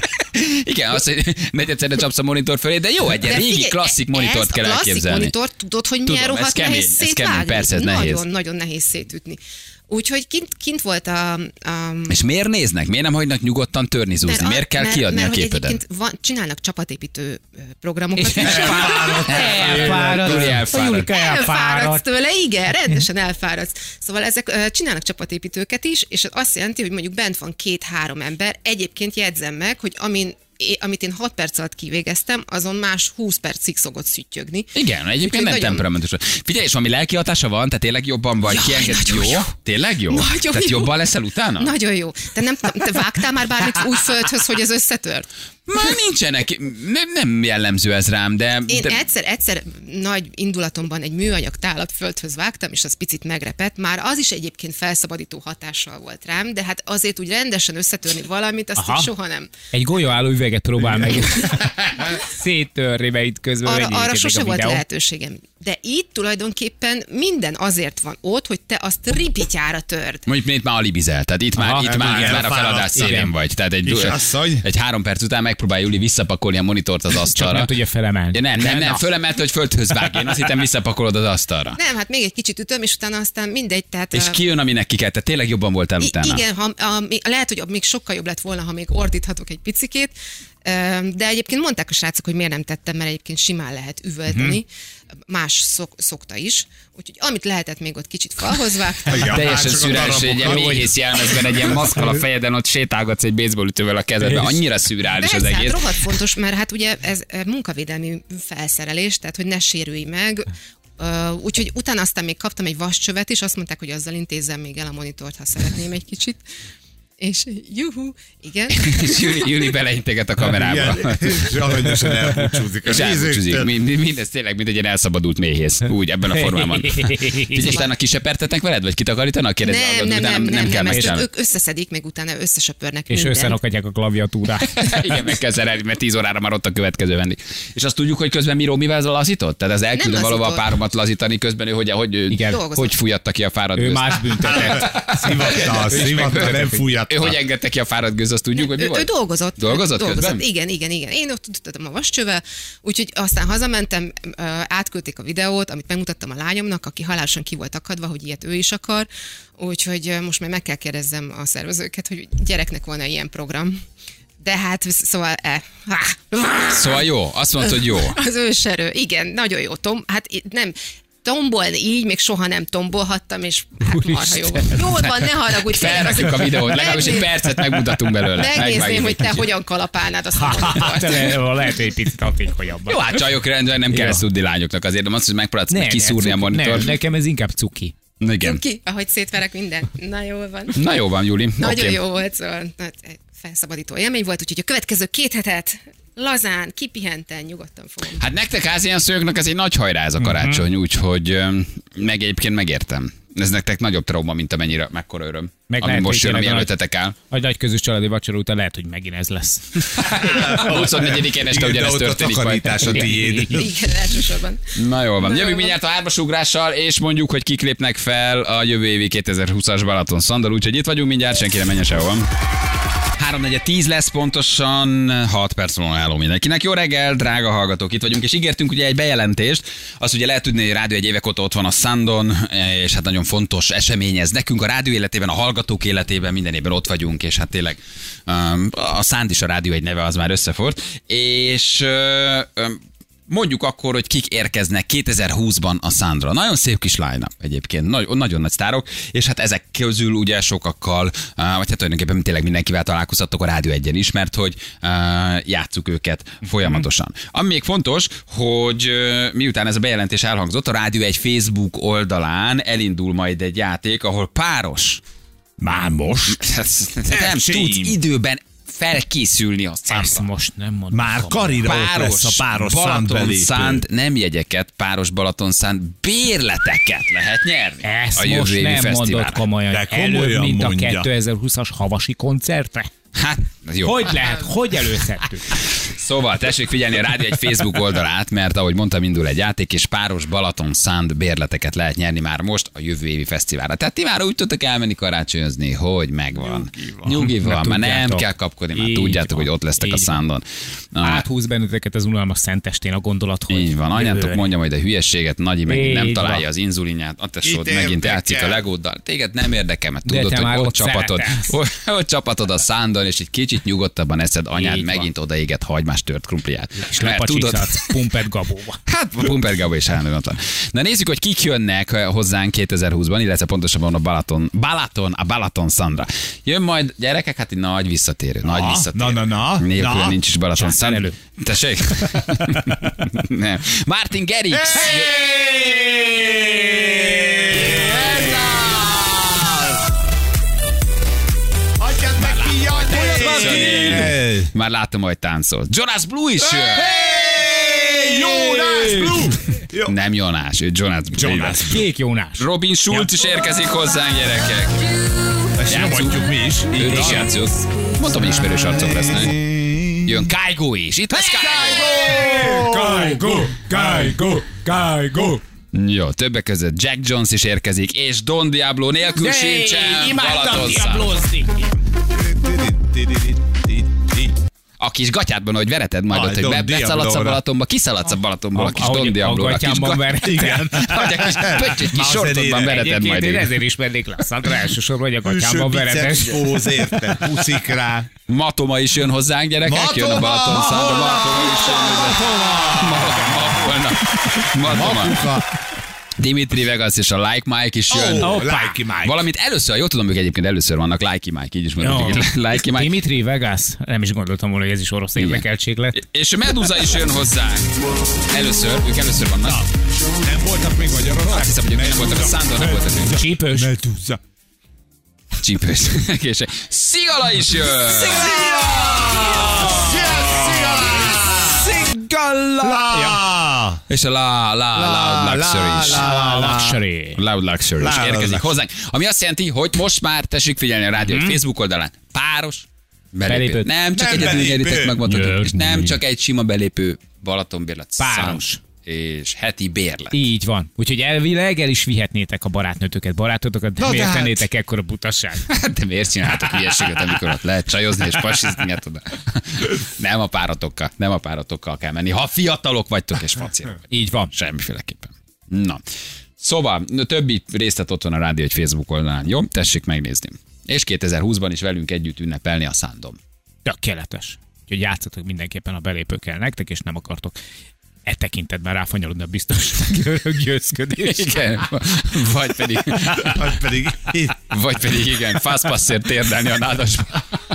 A: Igen, az, hogy negyedszerre csapsz a monitor fölé, de jó, egy ilyen
D: De
A: régi
D: figyelj,
A: klasszik monitort
D: ezt
A: kell
D: a klasszik
A: elképzelni.
D: monitort, tudod, hogy milyen
A: Tudom, ez
D: rohadt
A: kemény,
D: nehéz
A: ez kemény,
D: szétvágni?
A: persze, ez nehéz.
D: Nagyon, nagyon nehéz szétütni. Úgyhogy kint, kint volt a... a
A: És miért néznek? Miért nem hagynak nyugodtan törni, zúzni?
D: a-
A: Miért kell
D: mert,
A: kiadni
D: mert,
A: a
D: hogy
A: képedet?
D: egyébként van, csinálnak csapatépítő ö, programokat. is.
C: Elfáradt. Elfáradt.
A: Júli elfáradt.
C: Julika
D: Elfáradsz
C: elfáradt.
D: tőle, igen, rendesen elfáradsz. Szóval ezek ö, csinálnak csapatépítőket is, és az azt jelenti, hogy mondjuk bent van két-három ember, egyébként jegyzem meg, hogy amin é- amit én hat perc alatt kivégeztem, azon más húsz percig szokott szüttyögni.
A: Igen, egyébként
D: Úgyhogy
A: nem
D: nagyon-
A: temperamentus. Figyelj, és valami lelki hatása van, tehát tényleg jobban vagy,
D: Jaj,
A: kienged. Jó?
D: nagyon jó.
A: Tényleg jó?
D: Nagyon
A: tehát
D: jó.
A: jobban leszel utána?
D: Nagyon jó. Te nem te vágtál már bármit úgy földhöz, hogy ez összetört?
A: Már nincsenek, nem, nem jellemző ez rám, de...
D: Én
A: de...
D: egyszer, egyszer nagy indulatomban egy műanyag tálat földhöz vágtam, és az picit megrepett. Már az is egyébként felszabadító hatással volt rám, de hát azért úgy rendesen összetörni valamit, azt
C: Aha.
D: így soha nem.
C: Egy golyóálló üveget próbál meg széttörni be itt közben.
D: Arra,
C: megnézhetik
D: arra
C: a
D: sose volt
C: videót.
D: lehetőségem. De itt tulajdonképpen minden azért van ott, hogy te azt ripityára törd.
A: Mondjuk itt már alibizel, tehát itt már,
C: Aha,
A: itt
C: hát
A: már,
B: igen,
A: már a feladás
B: fáradt.
A: szélén
C: Igen.
A: vagy. Tehát egy,
B: És asszony?
A: egy három perc után megpróbál Júli visszapakolni a monitort az
C: Csak
A: asztalra.
C: nem tudja felemelni.
A: Ja, nem, nem, nem,
C: Na.
A: fölemelt, hogy földhöz vág. Én azt hittem visszapakolod az asztalra.
D: Nem, hát még egy kicsit ütöm, és utána aztán mindegy. Tehát,
A: És
D: ö,
A: kijön, aminek ki kell. Tehát tényleg jobban voltál
D: I-
A: utána.
D: Igen, ha, a, lehet, hogy még sokkal jobb lett volna, ha még ordíthatok egy picikét, Ö, de egyébként mondták a srácok, hogy miért nem tettem, mert egyébként simán lehet üvölteni,
A: Mhm.
D: más szok, szokta is, úgyhogy amit lehetett, még ott kicsit falhoz vágtam.
B: Ja,
A: Teljesen
B: hát csak a
A: szürreális, hogy egy ilyen
B: darabokat,
A: méhész jelmezben, egy ilyen maszkal a fejeden, ott sétálgatsz egy baseballütővel a kezedben. Annyira szürreális az
D: Persze, hát
A: egész.
D: rohadt fontos, mert hát ugye ez eh, munkavédelmi felszerelés, tehát hogy ne sérülj meg. Uh, úgyhogy utána aztán még kaptam egy vascsövet is, azt mondták, hogy azzal intézzem még el a monitort, ha szeretném egy kicsit. És juhu, igen.
A: És Júli, Júli beleinteget a kamerába.
B: És aranyosan elbúcsúzik.
A: És elbúcsúzik. Mindez tényleg, mint egy ilyen elszabadult méhész. Úgy, ebben a formában. És utána kisepertetnek veled, vagy kitakarítanak? Kérdezi,
D: Nem, nem, nem, nem,
A: kell
D: nem, ezt
A: megcsinálni.
D: ők összeszedik, meg utána összesöpörnek
C: És
D: mindent.
C: összerakadják a klaviatúrát.
A: Igen, meg kell szerelni, mert tíz órára már ott a következő vendég. És azt tudjuk, hogy közben Miró mivel lazított? Tehát az elküldő valóban a
D: lazított.
A: páromat lazítani közben, ő hogy, hogy,
C: Igen.
A: hogy fújatta ki a fáradt
C: Ő
A: gőzt.
C: más büntetett.
B: Szivatta, szivatta, nem
A: Ő
B: fújatta.
A: hogy engedte ki a fáradt gőzt, azt tudjuk, hogy mi
D: Ő, ő
A: volt?
D: dolgozott.
A: Dolgozott
D: dolgozott.
A: közben?
D: Igen, igen, igen. Én ott tudtam a vascsővel, úgyhogy aztán hazamentem, ö, átküldték a videót, amit megmutattam a lányomnak, aki halálosan ki volt akadva, hogy ilyet ő is akar, úgyhogy ö, most már meg kell kérdezzem a szervezőket, hogy gyereknek van-e ilyen program. De hát, szóval... Eh,
A: Szóval jó, azt mondod, hogy jó.
D: az őserő, igen, nagyon jó. Tom, hát í- nem... Tombolni így, még soha nem tombolhattam, és hát marha jó. Jól van, ne haragudj.
A: Felrakjuk a videót, legalábbis egy percet megmutatunk belőle.
D: Megnézném,
A: Meg-
D: hogy te hogyan kalapálnád azt a
C: Hát,
D: monitort.
C: lehet, hogy egy picit hatékonyabban.
A: Jó, hát csajok rendben nem kell ezt tudni lányoknak azért, de azt, hogy megpróbálsz kiszúrni a monitort.
C: Nem, nekem ez inkább cuki.
A: Igen.
D: Ki, ahogy szétverek minden. Na jól van.
A: Na jó van, Júli.
D: Nagyon
A: Oké.
D: jó volt, szóval hát, egy felszabadító élmény volt, úgyhogy a következő két hetet lazán, kipihenten, nyugodtan fogom.
A: Hát nektek házian szőknek ez egy nagy hajrá ez a karácsony, úgyhogy öm, meg egyébként megértem. Ez nektek nagyobb trauma, mint amennyire mekkora öröm.
C: Meg
A: Ami
C: lehet,
A: most
C: hogy
A: jön, ami
C: tényleg a
A: előttetek áll.
C: A nagy közös családi vacsora után lehet, hogy megint ez lesz.
A: huszonnegyedikén este
B: Igen,
A: ugyanez
B: de ott a
A: történik majd.
B: takarítás a tiéd.
D: Igen, elsősorban.
A: Na jól van.
D: Na
A: Jövünk
D: jó.
A: mindjárt a hármasugrással, és mondjuk, hogy kik lépnek fel a jövő évi kétezer-húszas Balaton Szandal, úgyhogy itt vagyunk mindjárt, senki nem menjen sehova. háromnegyed tíz lesz pontosan, hat perc múlva álló mindenkinek. Jó reggel, drága hallgatók, itt vagyunk, és ígértünk ugye egy bejelentést. Azt ugye lehet tudni, hogy a rádió egy évek óta ott van a Sandon, és hát nagyon fontos esemény ez nekünk a rádió életében, a hallgatók életében, minden évben ott vagyunk, és hát tényleg um, a Szánd is a rádió egy neve, az már összefort. És um, mondjuk akkor, hogy kik érkeznek kétezer-húszban a Soundra. Nagyon szép kis line-up egyébként, Nagy, nagyon nagy sztárok, és hát ezek közül ugye sokakkal, uh, vagy hát tulajdonképpen tényleg mindenkivel találkozhattok a Rádió egyen is, mert hogy uh, játsszuk őket folyamatosan. Ami még fontos, hogy uh, miután ez a bejelentés elhangzott, a Rádió egy Facebook oldalán elindul majd egy játék, ahol páros.
B: Már most?
A: Nem
B: Esélyim.
A: tudsz időben felkészülni a
C: Ezt
A: Soundra.
C: most nem mondom.
B: Már karira ott lesz a páros szánt
A: Balaton
B: belépő.
A: szánt, nem jegyeket, páros Balaton szánt, bérleteket lehet nyerni.
C: Ezt
A: a jövő
C: most
A: évi
C: nem mondod
A: fesztiválra.
C: komolyan.
B: De komolyan
C: Előbb, mint a
B: mondja.
C: kétezer-húszas havasi koncertre?
A: Hát, jó.
C: Hogy lehet? Hogy előszedtük?
A: Szóval tessék figyelni a Rádió egy Facebook oldalát, mert ahogy mondtam, indul egy játék, és páros Balaton szánt bérleteket lehet nyerni már most a jövő évi fesztiválra. Tehát ti már úgy tudtok elmenni karácsonyozni, hogy megvan.
B: Nyugi van.
A: Nyugi van,
C: Mert
A: már nem
C: tudjátok.
A: kell kapkodni, már
C: Így
A: tudjátok,
C: van.
A: hogy ott lesztek a
C: Így van.
A: Soundon. Na,
C: Áthúz benneteket az unalmas szentestén a gondolat, hogy
A: így van, anyátok
C: jövőre.
A: mondja majd a hülyességet, Nagyi megint nem
C: Így
A: találja
C: van.
A: az inzulinját, a tesód
B: Itt
A: megint
B: érdekel.
A: játszik a legóddal. Téged nem érdekel, mert
C: De
A: tudod,
C: te
A: hogy
C: már
A: ott
C: ott
A: csapatod,
C: szeretesz.
A: ott, ott csapatod a Soundon, és egy kicsit nyugodtabban eszed, anyád
C: Így van.
A: megint odaégett hagymás tört krumpliát.
C: És
A: Mert tudod,
C: lepacsicatsz Pumpet Gabóba.
A: hát a Pumper Gábor is állandóan ott van. Na nézzük, hogy kik jönnek hozzánk kétezer-húszban, illetve pontosabban a Balaton, Balaton, a Balaton Szandra. Jön majd gyerekek, hát egy nagy visszatérő, nagy visszatérő.
B: na, na, na,
A: Nélkül
B: na.
A: nincs is Balaton
C: Csátán
A: Szand.
C: elő.
A: Tessék? Nem. Martin Garrix.
B: Adjad meg ki,
A: Jani.
B: Hey!
A: Már látom, hogy táncol. Jonas Blue is jön.
B: Hey, Jonas Blue! Jó.
A: Nem Jonás, ő Jonas Blue.
B: Jonas.
C: Kék Jónás.
A: Robin Schulz is érkezik hozzánk, gyerekek.
B: Ezt nyomhatjuk mi is.
A: Őt is játszunk. Mondtam, hogy ismerős arcok lesznek. Jön Kaigo is. Itt lesz Kaigo.
C: Kaigo, Kaigo, Kaigo.
A: Jó, többek között Jack Jones is érkezik, és Don Diablo nélkül sincsen
C: Imádtam
A: Balatonszám.
C: diablozni.
A: A kis gatyádban, hogy vereted majd
B: Aj,
A: ott, hogy
B: Don
A: be, beszaladsz a
B: Diablóra.
A: Balatonba, kiszaladsz a Balatonból, a kis
C: Ahogy
A: Don
C: a
A: Diablóra. a kis
C: gatyámban
A: ga-
C: vereted.
A: Igen. Vagy a kis pöccsöt kis
B: Már
A: sortodban
B: azért
A: vereted
C: Egyébként
A: majd.
C: én
A: így.
C: ezért ismernék le a Szandra, elsősorban, hogy a
B: Külső
C: gatyámban veretes.
B: biceps póz, érted? Puszik rá.
A: Matoma is jön hozzánk, gyerekek. Jön a
B: Matoma!
A: Balatonszámra. Matoma is jön. Matoma! Matoma!
B: Makuka.
A: Dimitri Vegas és a Like Mike is jön.
B: Ó,
C: Hoppá.
B: Likey Mike.
A: Valamint először, jól tudom, ők egyébként először vannak, Likey Mike, így is mondjuk. Likey Mike.
C: Dimitri Vegas, nem is gondoltam volna, hogy ez is orosz érdekeltség lett.
A: És Medusa is jön hozzánk. Először, ők először vannak.
B: Nem voltak még Magyarországon?
A: Azt hiszem, hogy ők nem voltak a Soundon, nem voltak ők.
C: Csípős.
B: Medusa.
A: Csípős. És Szigala is jön!
B: La!
A: És a la, la, la, luxury is.
C: La luxury.
A: Loud Luxury is
B: Loud
A: érkezik
B: Luxury.
A: hozzánk. Ami azt jelenti, hogy most már tessék figyelni a rádió hmm. Facebook oldalán. Páros belépő.
C: Belépő.
A: Nem csak
B: Nem
A: egyedül
B: belépő.
A: nyeritek meg magatok,
C: Jö,
A: és nem
C: mi?
A: csak egy sima belépő Balatonbérlet.
C: Páros.
A: Szám és heti bérlet.
C: Így van. Úgyhogy elvileg el is vihetnétek a barátnőtöket, barátotokat, de
B: Na
C: miért
B: de hát.
C: tennétek ekkora butaság?
A: Hát de miért csináltok hülyeséget, amikor ott lehet csajozni és pasizni? Hát oda. Nem a páratokkal, nem a páratokkal kell menni. Ha fiatalok vagytok és facilok.
C: Így van.
A: Semmiféleképpen. Na. Szóval, a többi részlet ott van a rádió egy Facebook oldalán. Jó? Tessék megnézni. És kétezer-húszban is velünk együtt ünnepelni a Szándom.
C: Tökéletes. Úgyhogy játszatok mindenképpen, a belépő kell nektek, és nem akartok e tekintetben ráfanyalodni a biztonsági győzködés.
A: Igen. Vagy pedig,
B: Vagy pedig...
A: vagy pedig igen, fastpasszért térdelni a nádasba.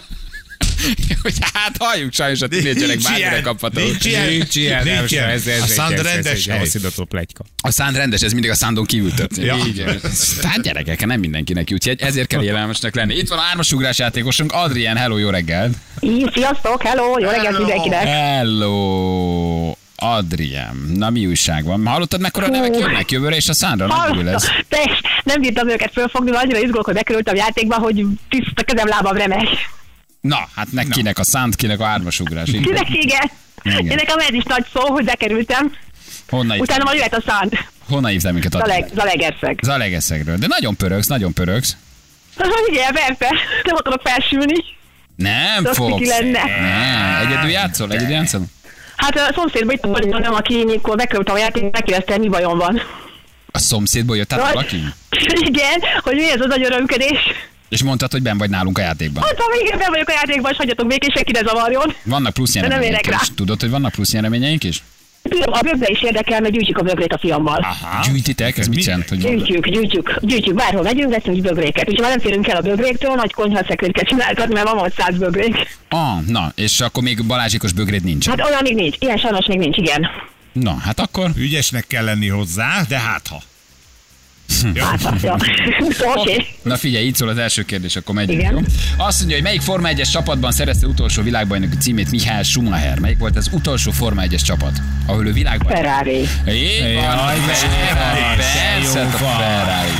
A: Hogy hát halljuk sajnos a tínédzserek
B: Nincs
A: bármire
B: ilyen.
A: kapható.
B: Nincs ilyen.
C: Nincs ilyen, nem,
B: Nincs ilyen.
C: ez, ez,
B: A
C: ez,
B: Szánd
C: ez, ez
B: rendes
C: egy
B: hely.
C: elszídató pletyka.
A: A Szánd rendes, ez mindig a Szándon kívül történik.
B: Ja.
A: Igen. Tehát gyerekek, nem mindenkinek jut, úgyhogy ezért kell élelmesnek lenni. Itt van a hármas ugrás játékosunk, Adrien, hello, jó reggelt!
E: Így, sziasztok, hello, jó reggelt
B: Hello.
E: mindenkinek.
A: Hello, Adrien. Na mi újság van? Hallottad, mekkora nevek jönnek jövőre, és a Szándra nagy buli lesz?
E: Hallottam. Te, nem bírtam őket fölfogni, mert annyira izgulok, hogy bekerültem a játékba, hogy tiszta kezem, lábam remeg.
A: Na, hát nek, kinek a Szánd, kinek a hármas ugrás. Igen.
E: Kinek igen?
A: Igen.
E: Én nekem ez is nagy szó, hogy bekerültem.
A: Honnan
E: Utána
A: hívtál,
E: majd jöhet a szánd.
A: honnan hívtál minket?
E: Zaleg,
A: Adrien?
E: Zalegerszeg.
A: Zalegerszegről. De nagyon pörögsz, nagyon pörögsz.
E: Ugye, persze, nem akarok felsülni.
A: Nem
E: Tök
A: fogsz.
E: ciki lenne.
A: Nem. Egyedül játszol? Egyedül játszol?
E: Hát a szomszédban itt volt, nem, aki mikor bekerültem a játékba, megkérdezte, mi bajom van.
A: A szomszédból jött át valaki?
E: Igen, hogy mi ez az nagy örömködés.
A: És mondtad, hogy benn vagy nálunk a játékban.
E: Hát, ha igen, ben vagyok a játékban, és hagyjatok békés, senki ne zavarjon.
A: Vannak plusz
E: De nem
A: nyereményeink
E: érek
A: is.
E: rá.
A: Tudod, hogy vannak plusz nyereményeink is?
E: A bögre is érdekel, mert gyűjtjük a bögrét a fiammal.
A: Aha. Gyűjtitek? Ez mit
B: Mi?
A: jelent? Hogy
E: Gyűjtjük, gyűjtjük, gyűjtjük, bárhol megyünk, veszünk bögréket. Úgyhogy már nem férünk el a bögréktől, nagy konyhaszekrényt kell csináltatni, mert van ott száz bögrénk.
A: Ah, na, és akkor még Balázsikos bögréd nincs.
E: Hát olyan még nincs, ilyen sajnos még nincs, igen.
A: Na, hát akkor...
B: Ügyesnek kell lenni hozzá, de hát ha.
E: Hát, hát, ja. Oké.
A: Na figyelj, így szól az első kérdés, akkor megyünk,
E: Igen.
A: jó? Azt mondja, hogy melyik Forma egyes csapatban szerezte utolsó világbajnoki címét Michael Schumacher? Melyik volt az utolsó Forma egyes csapat, ahol ő világbajnok?
E: Ferrari.
A: Így van,
C: Jaj, de
A: Ferrari, persze,
C: jó
A: a
C: van.
A: Ferrari.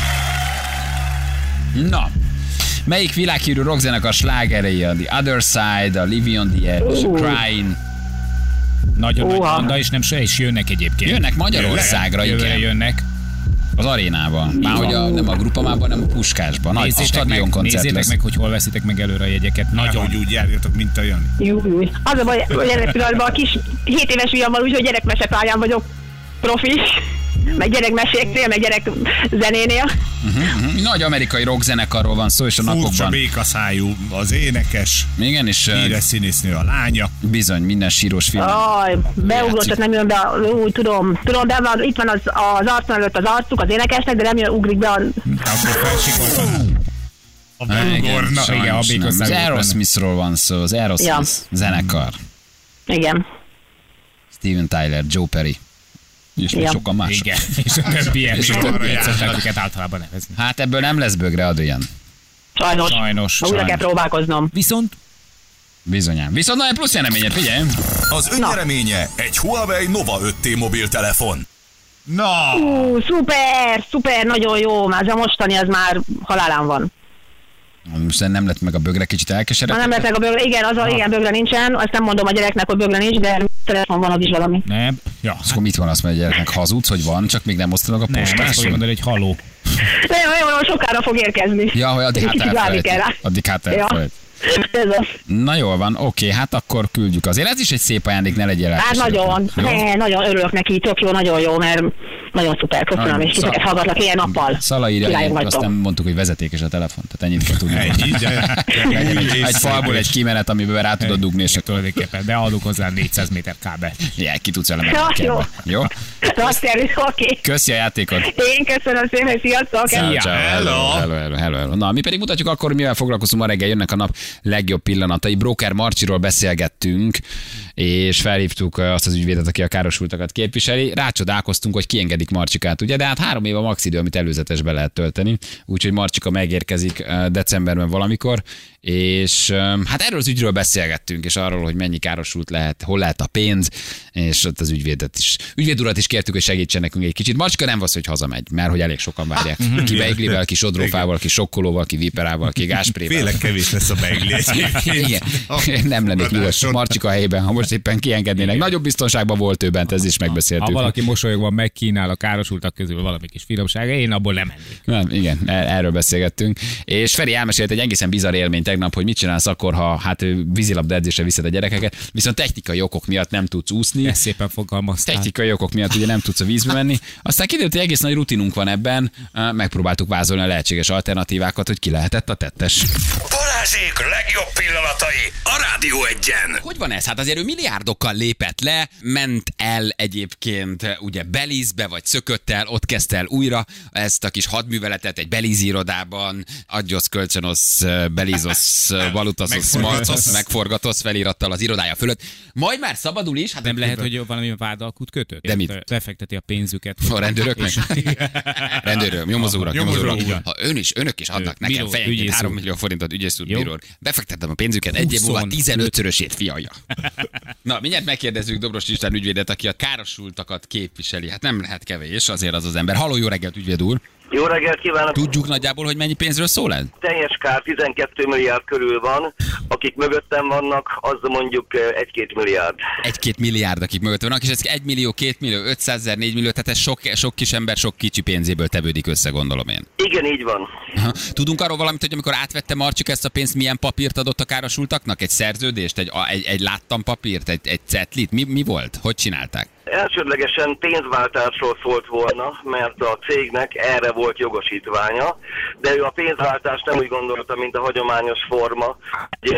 A: Na, melyik világhírű rockzenekar slágerei a The Other Side, a Live on the Edge, a
E: Uh.
A: Crying?
C: Nagyon nagy
E: Uha.
C: banda, és nem se is jönnek egyébként.
A: Jönnek Magyarországra,
C: Jövőre
A: igen.
C: jönnek.
A: Az arénában. Már hogy a, nem a Grupamában, hanem a Puskásban. Nagy
C: Nézzétek, meg,
A: stadionkoncert
C: nézzétek
A: lesz.
C: meg, hogy hol veszitek meg előre a jegyeket.
B: Nagyon
C: Nagyon.
B: úgy járjatok, mint a Jani.
E: Jú, jú. Az a baj, hogy jelen pillanatban a kis hét éves fiammal, úgyhogy gyerekmesepályán vagyok profi. Meg gyerekmeséknél, meg gyerek zenénél.
A: Uh-huh. Nagy amerikai rockzenekarról van szó, és a
B: Furcsa
A: napokban.
B: békaszájú az énekes,
A: Igen, és uh,
B: híres színésznő a lánya.
A: bizony minden sírós film.
E: Aj, beugrott,
A: Játszik.
E: nem jön be, úgy tudom, tudom, de van, itt van az, az arcon előtt az arcuk, az énekesnek, de nem jön, ugrik be a...
C: Akkor felsikoltam.
B: A
A: Igen,
B: Billboardnak.
A: sajnos
C: igen, a
A: nem.
C: békaszájú
A: Az
C: benne.
A: Aerosmithról van szó, az Aerosmith
E: Ja.
A: zenekar.
E: Igen.
A: Steven Tyler, Joe Perry. És még
E: Ja.
A: sokan más.
C: Igen, és a többiek, és a
B: arra
C: többiek
B: járnak.
C: szokták őket általában nevezni.
A: Hát ebből nem lesz bögre, Adrian.
E: Sajnos.
C: Sajnos,
E: Újra kell
C: sajnos.
E: próbálkoznom.
C: Viszont
A: Bizonyán. Viszont nagyon plusz nyereményed, figyelj!
F: Az önnyereménye egy Huawei Nova öt T mobiltelefon.
B: Na,
E: Ú, szuper, szuper, nagyon jó, már ez a mostani, az már halálán van.
A: Most nem lett meg a bögre, kicsit
E: Ha
A: elkeseredett.
E: nem lesznek a bögre, igen, az a, igen, bögre nincsen, azt nem mondom a gyereknek, hogy bögre nincs, de telefon van, az is valami.
C: nem. Ja,
A: És akkor mit van azt mondja a gyereknek? Hazudsz, hogy van, csak még nem osztanak a
C: nem, azt fogja
A: postáson?
C: mondani, hogy haló.
E: Nagyon, nagyon sokára fog érkezni.
A: Ja, hogy addig hát
E: Kicsit várni
A: elfelejti.
E: kell rá.
A: Addig hát
E: Ja.
A: elfelejti.
E: Ez az.
A: Na jól van, oké, hát akkor küldjük azért. Ez is egy szép ajándék, ne legyél
E: Hát
A: elkeseredve.
E: nagyon,
A: Jó?
E: ne, nagyon örülök neki, tök jó, nagyon jó, mert nagyon szuper, köszönöm,
A: Nagyon.
E: és titeket hallgatlak ilyen nappal.
A: Szala írja,
E: Királyok
A: egyébként, azt
E: vagytok.
A: nem mondtuk, hogy vezetékes a telefon, tehát ennyit kell tudni.
B: ennyi, de...
A: Legyen egy, egy falból egy kimenet, amiben rá tudod dugni, és akkor
C: Tulajdonképpen, de adok hozzá négyszáz méter kábel.
A: yeah, ki tudsz vele menni.
E: Ja,
A: a kertbe.
E: jó.
A: Jó?
E: Nagyszerű, oké.
A: Köszi a játékot.
E: Én köszönöm szépen, sziasztok!
A: Ciao,
C: Szia.
A: ciao, hello, hello, hello, hello, hello. Na, mi pedig mutatjuk akkor, mivel foglalkozunk ma reggel, jönnek a nap legjobb pillanatai. Broker Marcsiról beszélgettünk, és felhívtuk azt az ügyvédet, aki a károsultakat képviseli. Rácsodálkoztunk, hogy kiengedi engedik Marcsikát, ugye, de hát három év a max idő, amit előzetesbe lehet tölteni, úgyhogy Marcsika megérkezik decemberben valamikor, és hát erről az ügyről beszélgettünk, és arról, hogy mennyi károsult lehet, hol lehet a pénz, és ott az ügyvédet is, ügyvéd urat is kértük, hogy segítsen nekünk egy kicsit. Marcsika nem az, hogy hazamegy, mert hogy elég sokan várják. Ki beiglivel, ki sodrófával, ki sokkolóval, ki viperával, ki gásprével.
B: Félek kevés lesz a beigli egyébként.
A: Igen, nem lennék nyugodt Marcsika helyében, ha most éppen kiengednének. Nagyobb biztonságban volt ő bent, ez is megbeszéltük.
C: Ha valaki mosolyogva megkínál a károsultak közül valami kis finomsága, én abból nem mennék.
A: Nem, igen, erről beszélgettünk. És Feri elmesélt egy egészen bizarr élmény tegnap, hogy mit csinálsz akkor, ha hát vízilabda edzésre viszed a gyerekeket, viszont technikai okok miatt nem tudsz úszni.
C: Ez szépen fogalmaztál.
A: Technikai okok miatt ugye nem tudsz a vízbe menni. Aztán kiderült, hogy egész nagy rutinunk van ebben, megpróbáltuk vázolni a lehetséges alternatívákat, hogy ki lehetett a tettes.
F: Balázsék legjobb pillanatai a Rádió Egyen.
A: Hogy van ez? Hát azért ő milliárdokkal lépett le, ment el egyébként ugye Belizbe, vagy szökött el, ott kezdte el újra ezt a kis hadműveletet egy belizi irodában, adjosz, kölcsönosz, belízosz, valutazosz, marcosz, megforgatosz felirattal az irodája fölött. Majd már szabadul is. Hát
C: nem lehet, hogy valami vádalkut kötött?
A: De mit?
C: Lefekteti a pénzüket.
A: A rendőröknek? Rendőrök, nyomozó urak, nyomozó urak. Ha ön is, önök is adnak nekem
C: Bíró,
A: fejenként
C: ügyész
A: három
C: úr.
A: millió forintot, ügyész úr,
C: Jó.
A: bíró. Befektettem a pénzüket, egy év múlva tizenötszörösét fialja. Na, mindjárt megkérdezzük Dobros István ügyvédet, aki a károsultakat képviseli. Hát nem lehet kevés azért az az ember. Halló, jó reggelt, ügyvéd úr!
G: Jó reggelt kívánok!
A: Tudjuk nagyjából, hogy mennyi pénzről szól ez?
G: Teljes kár tizenkét milliárd körül van, akik mögöttem vannak, az mondjuk egy-két milliárd.
A: Egy-két milliárd, akik mögött vannak, és ez egy millió, két millió, ötszázezer, négy millió, tehát ez sok, sok kis ember, sok kicsi pénzéből tevődik össze, gondolom én.
G: Igen, így van.
A: Aha. Tudunk arról valamit, hogy amikor átvette Marcsika ezt a pénzt, milyen papírt adott a károsultaknak? Egy szerződést, egy, egy, egy láttam papírt, egy, egy cetlit? Mi, mi volt? Hogy csinálták?
G: Elsődlegesen pénzváltásról szólt volna, mert a cégnek erre volt jogosítványa, de ő a pénzváltást nem úgy gondolta, mint a hagyományos forma, hogy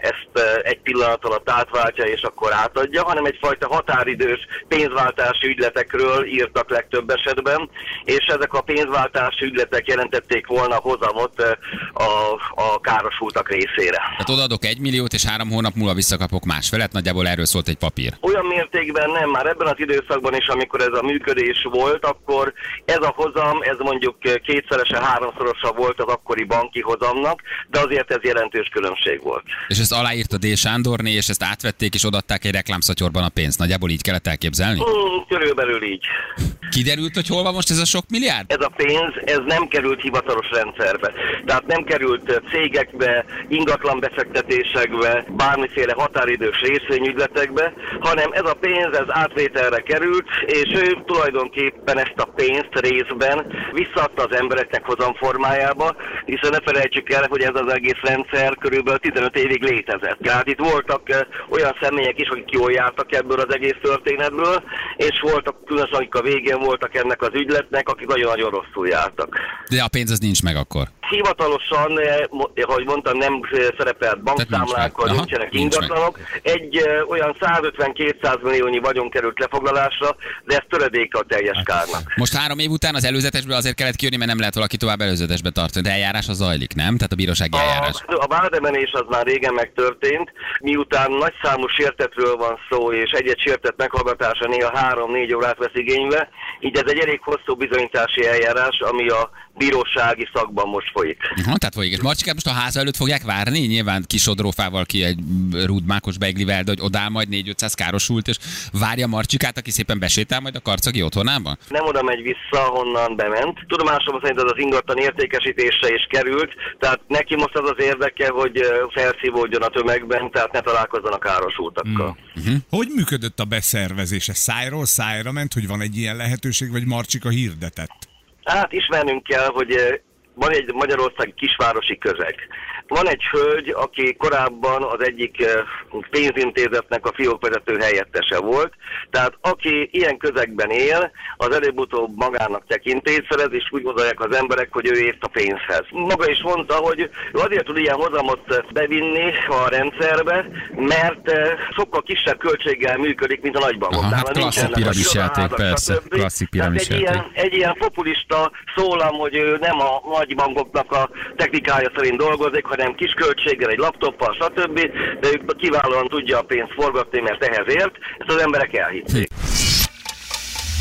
G: ezt egy pillanat alatt átváltja és akkor átadja, hanem egyfajta határidős pénzváltási ügyletekről írtak legtöbb esetben, és ezek a pénzváltási ügyletek jelentették volna a hozamot a, a károsultak részére.
A: Tehát odaadok egy milliót, és három hónap múlva visszakapok másfelet, nagyjából erről szólt egy papír.
G: Olyan mértékben nem, már ebben az időszakban is, amikor ez a működés volt, akkor ez a hozam, ez mondjuk kétszerese, háromszorosa volt az akkori banki hozamnak, de azért ez jelentős különbség volt.
A: És ezt aláírta D. Sándorné, és ezt átvették, és odaadták egy reklámszatyorban a pénzt. Nagyjából így kellett elképzelni?
G: Hmm, körülbelül így.
A: Kiderült, hogy hol van most ez a sok milliárd?
G: Ez a pénz, ez nem került hivatalos rendszerbe. Tehát nem került cégekbe, ingatlan befektetésekbe, bármiféle határidős részvényügyletekbe, hanem ez a pénz, ez átvételre került, és ő tulajdonképpen ezt a pénzt részben visszaadta az embereknek hozam formájába, hiszen ne felejtsük el, hogy ez az egész rendszer körülbelül tizenöt évig létezett. Tehát itt voltak olyan személyek is, akik jól jártak ebből az egész történetből, és voltak különösen, akik a végén voltak ennek az ügyletnek, akik nagyon-nagyon rosszul jártak.
A: De a pénz az nincs meg akkor.
G: Hivatalosan, ahogy mondtam, nem szerepelt bankszámlákkal,
A: nincs
G: nincsenek
A: nincs
G: ingatlanok. Egy ö, olyan százötven-kétszáz milliónyi vagyon került lefoglalásra, de ez töredéke a teljes kárnak.
A: Most három év után az előzetesből azért kellett kijönni, mert nem lehet valaki tovább előzetesbe tartani. De eljárás az zajlik, nem? Tehát a bírósági eljárás.
G: A, a vádemelés az már régen megtörtént, miután nagyszámú sértetről van szó, és egy-egy sértett meghallgatása néha három-négy órát vesz igénybe, így ez egy elég hosszú bizonyítási eljárás, ami a bírósági szakban most folyik.
A: Aha, tehát folyik. És Marcsikát most a háza előtt fogják várni? Nyilván kis sodrófával, ki egy rúdmákos beiglivel, de hogy odáll majd négy-ötszáz károsult, és várja Marcsikát, aki szépen besétál majd a karcagi otthonába?
G: Nem oda megy vissza, honnan bement. Tudomásom szerint ez az ingatlan értékesítésre is került, tehát neki most az az érdeke, hogy felszívódjon a tömegben, tehát ne találkozzon a károsultakkal.
B: Mm. Uh-huh. Hogy működött a beszervezése? Szájról szájra ment, hogy van egy ilyen lehetőség, vagy Marcsika hirdetett?
G: Hát ismernünk kell, hogy van egy magyarországi kisvárosi közeg. Van egy hölgy, aki korábban az egyik pénzintézetnek a fiókvezető helyettese volt, tehát aki ilyen közegben él, az előbb-utóbb magának tekintélyt szerez, és úgy gondolják az emberek, hogy ő ért a pénzhez. Maga is mondta, hogy ő azért tud ilyen hozamot bevinni a rendszerbe, mert sokkal kisebb költséggel működik, mint a nagybankok.
A: Aha, hát klasszik piramisjáték, persze. Klasszik piramisjáték.
G: Egy ilyen, egy ilyen populista szólam, hogy ő nem a nagybankoknak a technikája szerint dolgozik, hanem kis költséggel, egy laptoppal, stb. De ők kiválóan tudja a pénzt forgatni, mert ehhez ért, ezt az emberek elhitték.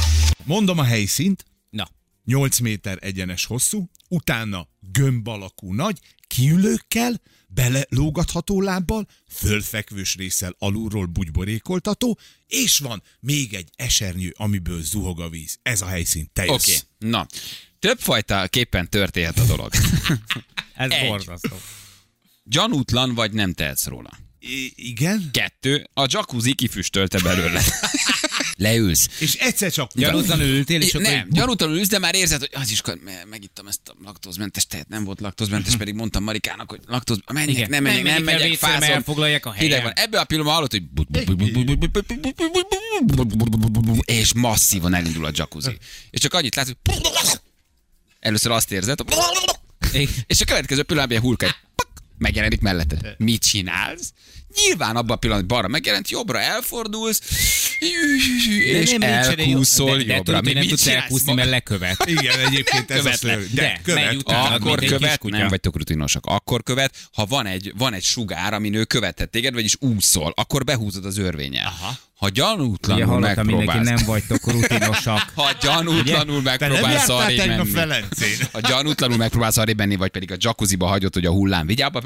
B: Mondom a helyszínt.
C: Na.
B: nyolc méter egyenes hosszú, utána gömb alakú nagy, kiülőkkel, belelógatható lábbal, fölfekvős résszel alulról bugyborékoltató, és van még egy esernyő, amiből zuhog a víz. Ez a helyszín, te jössz.
A: Oké, okay. Na. Többfajta képpen történhet a dolog.
C: Ez
A: Egy.
C: borzasztó.
A: Gyanútlan vagy nem tehetsz róla.
B: I- igen?
A: Kettő, a jacuzzi kifüstölte belőle. Leülsz.
B: És egyszer csak...
C: Gyanútlan ültél, és
A: É,
C: akkor...
A: nem, gyanútlanul ülsz, de már érzed, hogy az is, me- megittam ezt a laktózmentes tejet, nem volt laktózmentes, pedig mondtam Marikának, hogy laktóz, menjek,
C: Igen.
A: nem menjek,
C: Nem
A: nem
C: menjek el
A: megyek,
C: vécére, mert
A: fázom.
C: elfoglalják a
A: Hideg
C: helyem.
A: van. Ebből a pillanatban hallod, hogy és masszívan elindul a jacuzzi. És csak annyit látsz, hogy először azt érzed, és a következő pillanatban ilyen hulka, megjelenik mellette. Mit csinálsz? Nyilván abban a pillanatban balra megjelent, jobbra elfordulsz, és elkúszol
C: de,
A: jobbra.
C: De tudod,
A: Mit
C: nem tudsz
A: csinálsz?
C: elkúszni, mert lekövet.
B: Igen, egyébként ez a
C: Követlek.
B: szörny.
C: De,
B: De,
C: menj
B: követ.
C: utána.
A: Akkor
C: mint egy
A: követ,
C: kiskutya.
A: nem vagytok rutinosak. Akkor követ, ha van egy, van egy sugár, amin ő követett téged, vagyis úszol, akkor behúzod az örvényel. Aha. Ha
C: Ugye
A: gyanútlanul
C: hallottam mindenki,
A: megpróbálsz,
C: nem vagytok rutinosak.
A: ha gyanútlanul
B: Te nem
A: megpróbálsz
B: jártál
A: arrébb
B: tegnap
A: menni,
B: Velencén?
A: ha gyanútlanul megpróbálsz arrébb menni, vagy pedig a jacuzziba hagyod, hogy a hullám vigyába,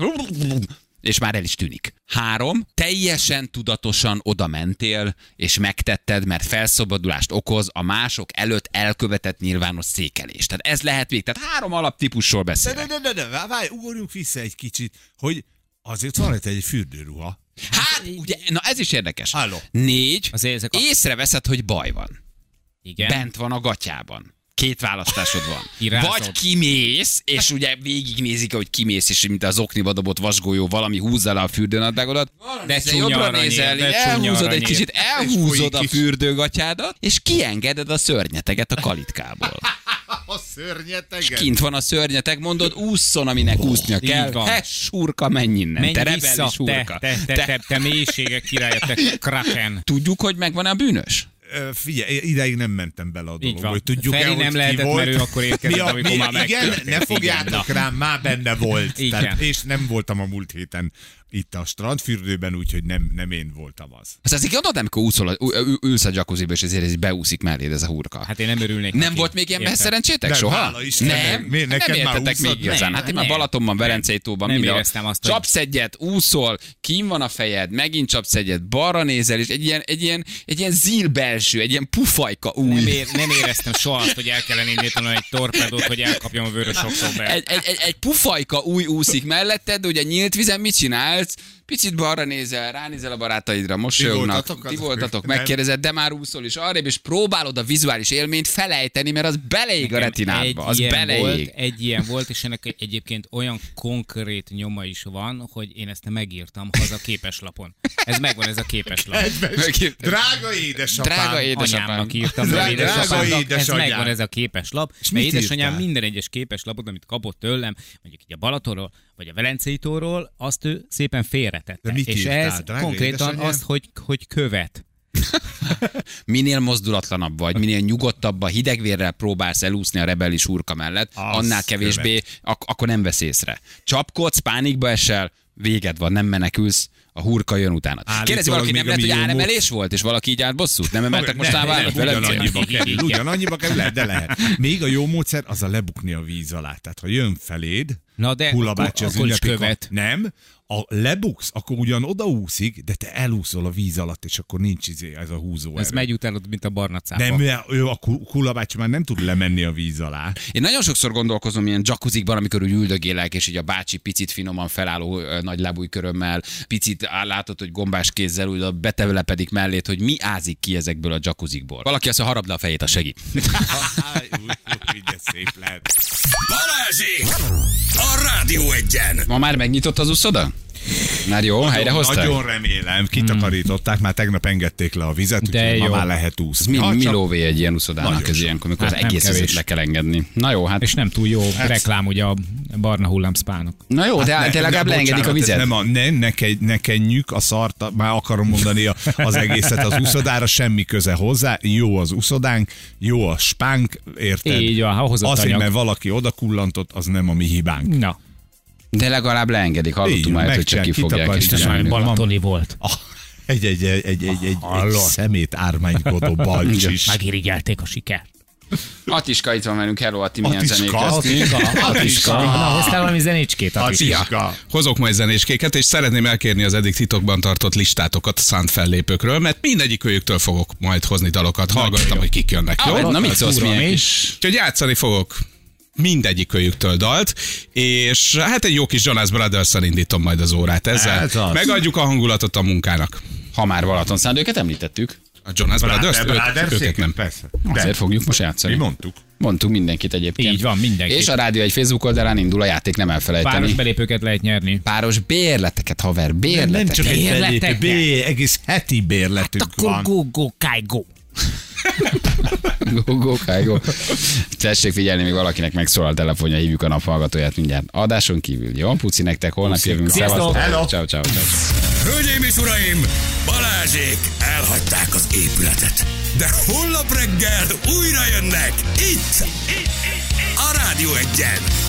A: és már el is tűnik. Három, teljesen tudatosan oda mentél, és megtetted, mert felszabadulást okoz a mások előtt elkövetett nyilvános székelést. Tehát ez lehet vég. Tehát három alaptípusról
B: De,
A: beszélek.
B: de, de, de, de, várj, ugorjunk vissza egy kicsit, hogy azért van itt egy fürdőruha.
A: Hát, ugye, na ez is érdekes.
B: Halló.
A: Négy,
C: Azért ezek a-
A: észreveszed, hogy baj van.
C: Igen.
A: Bent van a gatyában. Két választásod van.
C: Irázod.
A: Vagy kimész, és ugye végignézik, hogy kimész, és mint az okniba dobott vasgolyó, valami húzza le a fürdőnadrágodat.
C: De
A: Nézel,
C: csúnya
A: jobbra
C: aranyér,
A: nézel,
C: de
A: így
C: csúnya
A: elhúzod egy
C: aranyér.
A: kicsit, elhúzod
B: folyik
A: a
B: is.
A: fürdőgatyádat, és kiengeded a szörnyeteget a kalitkából.
B: A szörnyeteget.
A: Kint van a szörnyeteg, mondod, ússzon, aminek úsznia
C: így
A: kell.
C: van.
A: He, surka, menj innen.
C: Menj
A: te
C: vissza,
A: rebellis
C: te,
A: hurka.
C: te, te, te, te mélységek királya, te kraken.
A: Tudjuk, hogy megvan-e a bűnös?
B: Ö, Figyelj, ideig nem mentem bele a
C: Így
B: dologba,
C: van.
B: hogy tudjuk
C: Feri
B: el,
C: nem
B: hogy
C: lehetett,
B: ki volt.
C: mert ő akkor érkezett,
B: Mi a-
C: amikor
B: mi-
C: már
B: Igen,
C: megtörtént.
B: ne fogjátok
C: Igen,
B: rám, már benne volt.
C: Igen.
B: Tehát, és nem voltam a múlt héten itt a strandfürdőben, úgyhogy nem, nem én voltam az.
A: Azt azért gondolod, amikor úszol, ül- ül- ülsz a jacuzziba, és ezért ez beúszik melléd ez a hurka.
C: Hát én nem örülnék
A: Nem
C: neki.
A: volt még ilyen
C: Érted?
A: szerencsétek
B: Nem,
A: soha?
B: hála Istennek.
A: Nem,
B: Miért?
A: nem
B: Neked már
A: értetek még
B: úszod?
A: igazán.
C: Nem,
A: Hát én
C: nem.
A: már Balatonban, Velencei tóban,
C: Nem
A: minden.
C: éreztem azt, hogy-
A: Csapsz egyet, úszol, kín van a fejed, megint csapsz egyet, balra nézel, és egy ilyen, egy ilyen, egy ilyen zíl belső, egy ilyen pufajka új.
C: Nem, ér, nem éreztem soha azt, hogy el kellene indítanom egy torpedót, hogy elkapjam a vörös október.
A: Egy, egy, egy, egy pufajka új úszik melletted, de ugye nyílt vizen mit csinálsz? Picit balra nézel, ránézel a barátaidra, mosolyognak,
B: voltatok
A: ti
B: azok?
A: voltatok,
B: Nem.
A: megkérdezed, de már úszol is arrébb, és próbálod a vizuális élményt felejteni, mert az beleég a retinádba, az
C: ilyen
A: beleég.
C: volt, egy ilyen volt, és ennek egy- egyébként olyan konkrét nyoma is van, hogy én ezt megírtam haza képeslapon. Ez megvan, ez a képeslap.
A: Megírt-
B: Drága édesapám.
A: Drága édesapám.
C: Anyámnak írtam,
B: Drága-
C: mert édesapámnak,
B: drága
C: ez
B: édesanyám.
C: megvan ez a képeslap,
B: És
C: mert
B: mit
C: édesanyám
B: írtál?
C: minden egyes képeslapot, amit kapott tőlem, mondjuk így a Balatonról, vagy a Velencei tóról, azt ő szépen félretette.
B: De mit
C: és
B: írtál,
C: ez
B: drága
C: konkrétan
B: édesanyám?
C: azt, hogy, hogy követ.
A: Minél mozdulatlanabb vagy, minél nyugodtabb, a hidegvérrel próbálsz elúszni a rebellis hurka mellett,
B: Az
A: annál kevésbé, ak- akkor nem vesz észre. Csapkodsz, pánikba esel, véged van, nem menekülsz, a hurka jön utána.
B: Állítólag
A: Kérdezi valaki,
B: még
A: nem
B: a
A: lehet, hogy
B: mi jó
A: áremelés volt, és valaki így állt bosszút? Nem emeltek most
B: Nem,
A: már vállat
B: nem,
A: Velencén?
B: ugyanannyiba kerül,
C: Igen.
B: ugyanannyiba kerül, lehet, de lehet. Még a jó módszer az a lebukni a víz alá. Tehát ha jön feléd,
C: Na de
B: Hula
C: akkor-
B: bácsi az
C: akkor is
B: ünnepi
C: követ.
B: kap- Nem, a lebuksz, akkor ugyan odaúszik, de te elúszol a víz alatt, és akkor nincs izé, ez a húzó
C: ez
B: erő.
C: megy utánod, mint a barna cápa.
B: Nem, mert ő a ku- Hula bácsi már nem tud lemenni a víz alá.
A: Én nagyon sokszor gondolkozom ilyen jacuzzikban, amikor úgy üldögélek, és így a bácsi picit finoman felálló ö, nagy lábújkörömmel, picit á- látod, hogy gombás kézzel úgy betelepedik mellét, hogy mi ázik ki ezekből a jacuzzikból. Valaki azt mondja, harapd le a fejét, a segít.
B: Úgy, úgy, de szép lehet.
F: Balázsék! A Rádió Egyen!
A: Ma már megnyitott az uszoda? Már jó, helyrehozták?
B: Nagyon remélem, kitakarították, már tegnap engedték le a vizet,
C: De
B: úgyhogy ma
C: jó.
B: már lehet
A: Ez
B: úszni.
A: mi,
B: Ha
A: mi
B: csak-
A: lóvé egy ilyen uszodának
B: Nagyon
A: ez
B: sok.
A: ilyenkor, amikor
C: Hát
A: az
C: nem
A: egész
C: kevés.
A: összet le kell engedni. Na jó, hát...
C: És nem túl jó reklám ugye a barna hullám spának.
A: Na jó, de,
B: Ne-
A: de legalább
B: ne-
A: leengedik a
B: bocsánat, ez
A: vizet.
B: Nem, a, ne, ne, ke, ne kenjük a szart, már akarom mondani a, az egészet az uszodára, semmi köze hozzá. Jó az uszodánk, jó a spánk, érted?
C: Így van, ha hozott
B: Azért,
C: anyag.
B: mert valaki oda kullantott, az nem a mi hibánk.
C: Na,
A: De legalább leengedik.
B: Így,
A: Hallottunk már, hogy csak ki
B: megcsinál,
A: fogják
B: kitakarítják.
A: is csinálni.
B: Van-
C: balatoni volt.
B: Ah, Egy, egy, egy, egy, egy, egy, egy szemét ármánykodó balcsis.
C: Megirigyelték a sikert.
A: Atiska itt van velünk, hello Ati, milyen
B: Atiska,
A: zenéket?
C: Atiska, Atiska. Na, hoztál valami zenécskét, Atiska.
B: Atiska.
H: Hozok majd zenéskéket, és szeretném elkérni az eddig titokban tartott listátokat a szánt fellépőkről, mert mindegyik őjüktől fogok majd hozni dalokat. Hallgattam, hogy kik jönnek.
A: Ah,
H: Jó?
A: na mit szólsz,
C: Uram,
A: milyen
C: mi?
A: kis...
H: Úgyhogy játszani fogok mindegyik őjüktől dalt, és hát egy jó kis Jonas Brothers-szel indítom majd az órát ezzel.
B: Ez az.
H: Megadjuk a hangulatot a munkának.
A: Ha már Balaton Szánd, őket említettük.
H: A Jonas Brothers, őt, őket nem.
B: Persze.
A: Azért fogjuk most játszani.
B: Mi mondtuk.
A: Mondtuk mindenkit egyébként.
C: Így van, mindenkit.
A: És a rádió egy Facebook oldalán indul a játék, nem elfelejteni.
C: Páros belépőket lehet nyerni.
A: Páros bérleteket, haver,
B: Nem,
A: bérleteket.
B: nem csak egy
C: Bérletek?
B: belépő, B, egész heti bérletünk
C: Akkor
B: van.
C: go, go, káj, go.
A: Go, go, káj, go. Tessék figyelni, még valakinek megszólal a telefonja, hívjuk a naphallgatóját mindjárt. Adáson kívül. Jó, puci nektek, holnap jövünk.
C: Sziasztok.
A: Szevasztok.
B: Hello.
A: Ciao, ciao, ciao.
F: Hölgyeim és uraim, Balázsék elhagyták az épületet, de holnap reggel újra jönnek itt, itt, itt, itt. a Rádió Egyen.